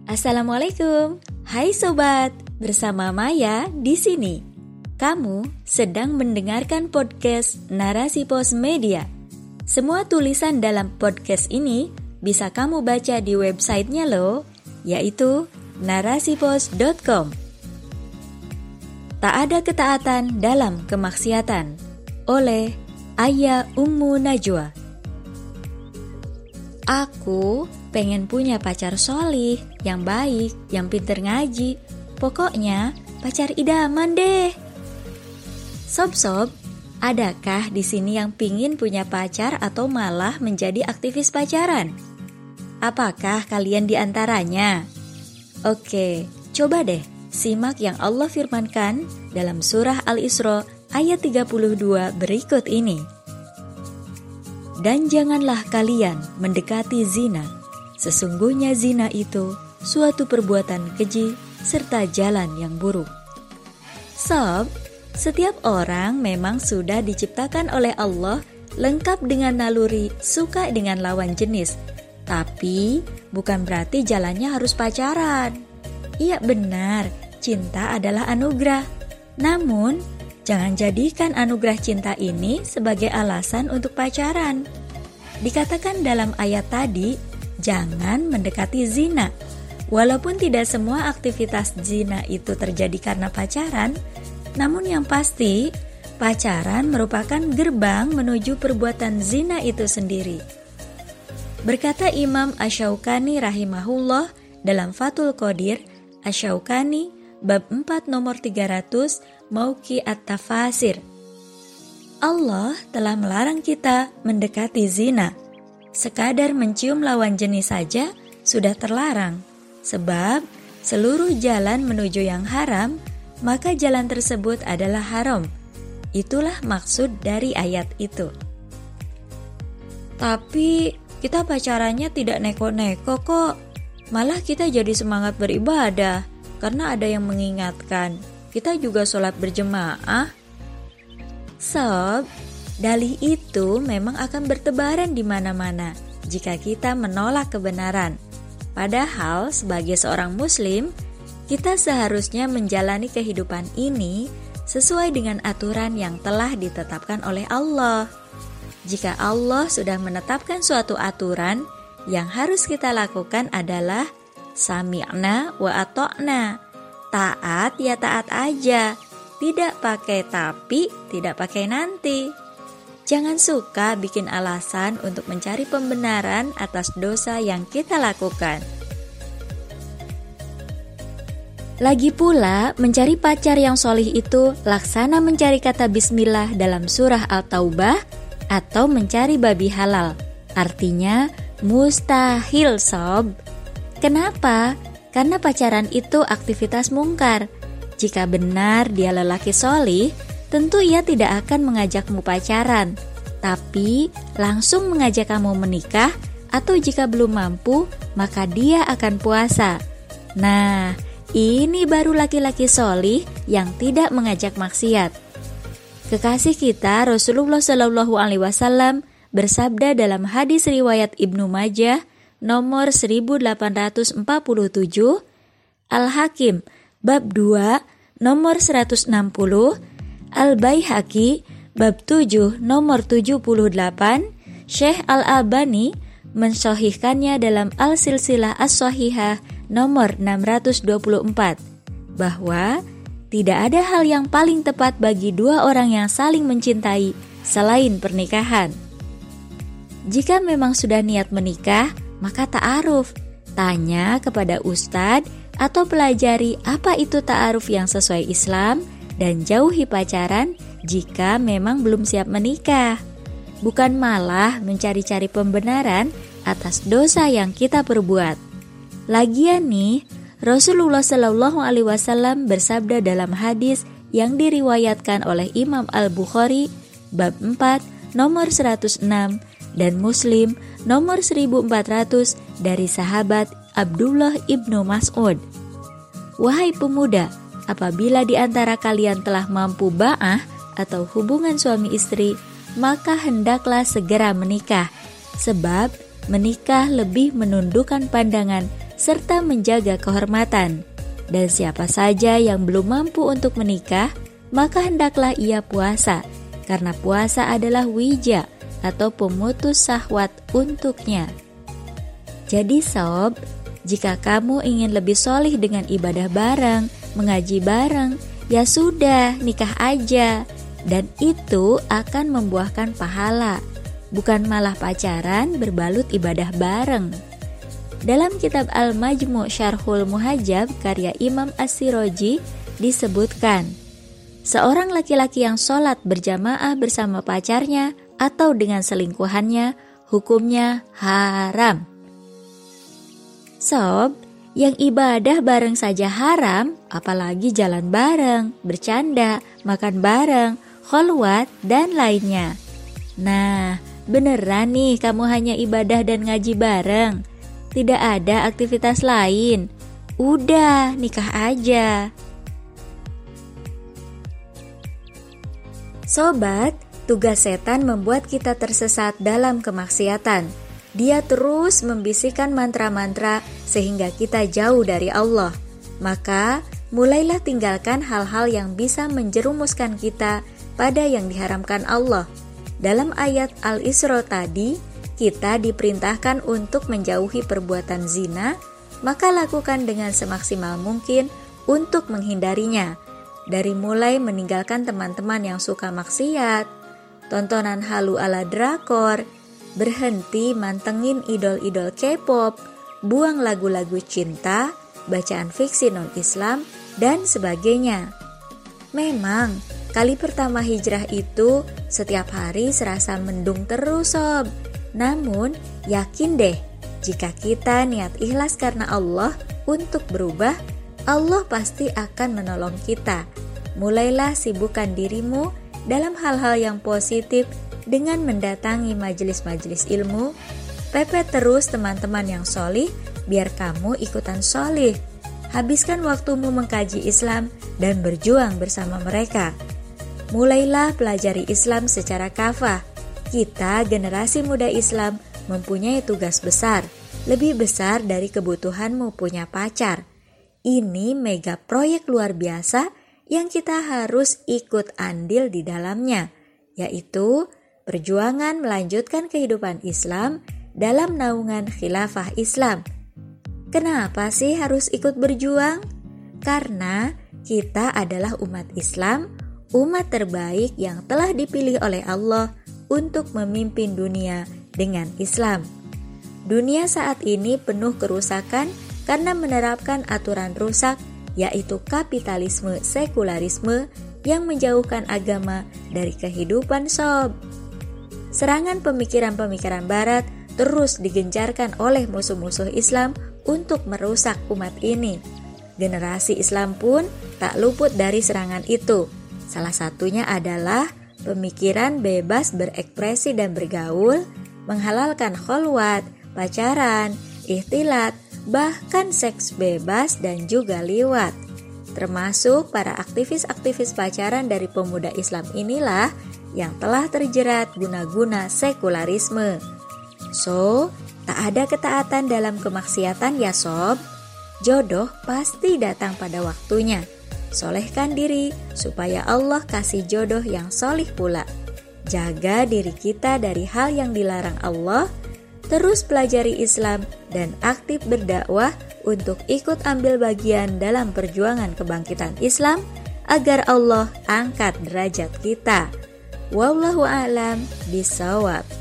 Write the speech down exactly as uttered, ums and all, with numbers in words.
Assalamualaikum. Hai sobat, bersama Maya di sini. Kamu sedang mendengarkan podcast Narasi Pos Media. Semua tulisan dalam podcast ini bisa kamu baca di websitenya loh, yaitu narasipos dot com. Tak ada ketaatan dalam kemaksiatan, oleh Ayah Ummu Najwa. Aku pengen punya pacar solih, yang baik, yang pinter ngaji. Pokoknya pacar idaman deh. Sob-sob, adakah di sini yang pingin punya pacar atau malah menjadi aktivis pacaran? Apakah kalian di antaranya? Oke, coba deh simak yang Allah firmankan dalam surah Al-Isra ayat tiga puluh dua berikut ini. Dan janganlah kalian mendekati zina. Sesungguhnya zina itu suatu perbuatan keji serta jalan yang buruk. Sob, setiap orang memang sudah diciptakan oleh Allah lengkap dengan naluri suka dengan lawan jenis. Tapi bukan berarti jalannya harus pacaran. Iya benar, cinta adalah anugerah. Namun, jangan jadikan anugerah cinta ini sebagai alasan untuk pacaran. Dikatakan dalam ayat tadi, jangan mendekati zina. Walaupun tidak semua aktivitas zina itu terjadi karena pacaran, namun yang pasti, pacaran merupakan gerbang menuju perbuatan zina itu sendiri. Berkata Imam Asy-Syaukani rahimahullah dalam Fathul Qadir, Asy-Syaukani bab empat nomor tiga ratus, Mauqi at-Tafasir. Allah telah melarang kita mendekati zina. Sekadar mencium lawan jenis saja sudah terlarang. Sebab seluruh jalan menuju yang haram, maka jalan tersebut adalah haram. Itulah maksud dari ayat itu. Tapi kita pacarannya tidak neko-neko kok. Malah kita jadi semangat beribadah karena ada yang mengingatkan. Kita juga sholat berjemaah. Sob, dalih itu memang akan bertebaran di mana-mana jika kita menolak kebenaran. Padahal sebagai seorang muslim, kita seharusnya menjalani kehidupan ini sesuai dengan aturan yang telah ditetapkan oleh Allah. Jika Allah sudah menetapkan suatu aturan, yang harus kita lakukan adalah sami'na wa ata'na. Taat ya taat aja. Tidak pakai tapi, tidak pakai nanti. Jangan suka bikin alasan untuk mencari pembenaran atas dosa yang kita lakukan. Lagi pula, mencari pacar yang solih itu laksana mencari kata bismillah dalam surah Al-Taubah atau mencari babi halal. Artinya, mustahil sob. Kenapa? Karena pacaran itu aktivitas mungkar. Jika benar dia lelaki solih, tentu ia tidak akan mengajakmu pacaran, tapi langsung mengajak kamu menikah, atau jika belum mampu, maka dia akan puasa. Nah, ini baru laki-laki solih yang tidak mengajak maksiat. Kekasih kita Rasulullah Shallallahu Alaihi Wasallam bersabda dalam hadis riwayat Ibnu Majah nomor seribu delapan ratus empat puluh tujuh, Al-Hakim bab dua nomor seratus enam puluh, Al-Baihaqi bab tujuh nomor tujuh puluh delapan, Syekh Al-Albani mensahihkannya dalam Al-Silsilah As-Shahihah nomor enam ratus dua puluh empat, bahwa tidak ada hal yang paling tepat bagi dua orang yang saling mencintai selain pernikahan. Jika memang sudah niat menikah, maka ta'aruf. Tanya kepada ustadz atau pelajari apa itu ta'aruf yang sesuai Islam dan jauhi pacaran jika memang belum siap menikah. Bukan malah mencari-cari pembenaran atas dosa yang kita perbuat. Lagian nih, Rasulullah Shallallahu Alaihi Wasallam bersabda dalam hadis yang diriwayatkan oleh Imam Al-Bukhari bab empat nomor seratus enam dan Muslim nomor seribu empat ratus dari sahabat Abdullah ibnu Mas'ud. Wahai pemuda, apabila di antara kalian telah mampu ba'ah atau hubungan suami istri, maka hendaklah segera menikah, sebab menikah lebih menundukkan pandangan serta menjaga kehormatan. Dan siapa saja yang belum mampu untuk menikah, maka hendaklah ia puasa, karena puasa adalah wija atau pemutus syahwat untuknya. Jadi sob, jika kamu ingin lebih solih dengan ibadah bareng, mengaji bareng, ya sudah, nikah aja. Dan itu akan membuahkan pahala, bukan malah pacaran berbalut ibadah bareng. Dalam kitab Al-Majmu' Syarhul Muhajjab karya Imam As-Siraji disebutkan, seorang laki-laki yang sholat berjamaah bersama pacarnya atau dengan selingkuhannya, hukumnya haram. Sob, yang ibadah bareng saja haram, apalagi jalan bareng, bercanda, makan bareng, kholwat, dan lainnya. Nah, beneran nih kamu hanya ibadah dan ngaji bareng? Tidak ada aktivitas lain? Udah, nikah aja. Sobat, tugas setan membuat kita tersesat dalam kemaksiatan. Dia terus membisikkan mantra-mantra sehingga kita jauh dari Allah. Maka, mulailah tinggalkan hal-hal yang bisa menjerumuskan kita pada yang diharamkan Allah. Dalam ayat Al-Isra tadi, kita diperintahkan untuk menjauhi perbuatan zina, maka lakukan dengan semaksimal mungkin untuk menghindarinya. Dari mulai meninggalkan teman-teman yang suka maksiat, tontonan halu ala drakor, berhenti mantengin idol-idol K-pop, buang lagu-lagu cinta, bacaan fiksi non-Islam, dan sebagainya. Memang, kali pertama hijrah itu setiap hari serasa mendung terus sob. Namun, yakin deh, jika kita niat ikhlas karena Allah untuk berubah, Allah pasti akan menolong kita. Mulailah sibukkan dirimu dalam hal-hal yang positif dengan mendatangi majelis-majelis ilmu. Pepet terus teman-teman yang solih biar kamu ikutan solih. Habiskan waktumu mengkaji Islam dan berjuang bersama mereka. Mulailah pelajari Islam secara kafah. Kita generasi muda Islam mempunyai tugas besar, lebih besar dari kebutuhanmu punya pacar. Ini mega proyek luar biasa yang kita harus ikut andil di dalamnya, yaitu perjuangan melanjutkan kehidupan Islam dalam naungan khilafah Islam. Kenapa sih harus ikut berjuang? Karena kita adalah umat Islam, umat terbaik yang telah dipilih oleh Allah untuk memimpin dunia dengan Islam. Dunia saat ini penuh kerusakan karena menerapkan aturan rusak, yaitu kapitalisme sekularisme yang menjauhkan agama dari kehidupan sob. Serangan pemikiran-pemikiran barat terus digencarkan oleh musuh-musuh Islam untuk merusak umat ini. Generasi Islam pun tak luput dari serangan itu. Salah satunya adalah pemikiran bebas berekspresi dan bergaul, menghalalkan kholwat, pacaran, ikhtilat, bahkan seks bebas dan juga liwat. Termasuk para aktivis-aktivis pacaran dari pemuda Islam inilah yang telah terjerat guna-guna sekularisme. So, tak ada ketaatan dalam kemaksiatan ya sob. Jodoh pasti datang pada waktunya. Solehkan diri supaya Allah kasih jodoh yang solih pula. Jaga diri kita dari hal yang dilarang Allah. Terus pelajari Islam dan aktif berdakwah untuk ikut ambil bagian dalam perjuangan kebangkitan Islam agar Allah angkat derajat kita. Wallahu a'lam bishawab.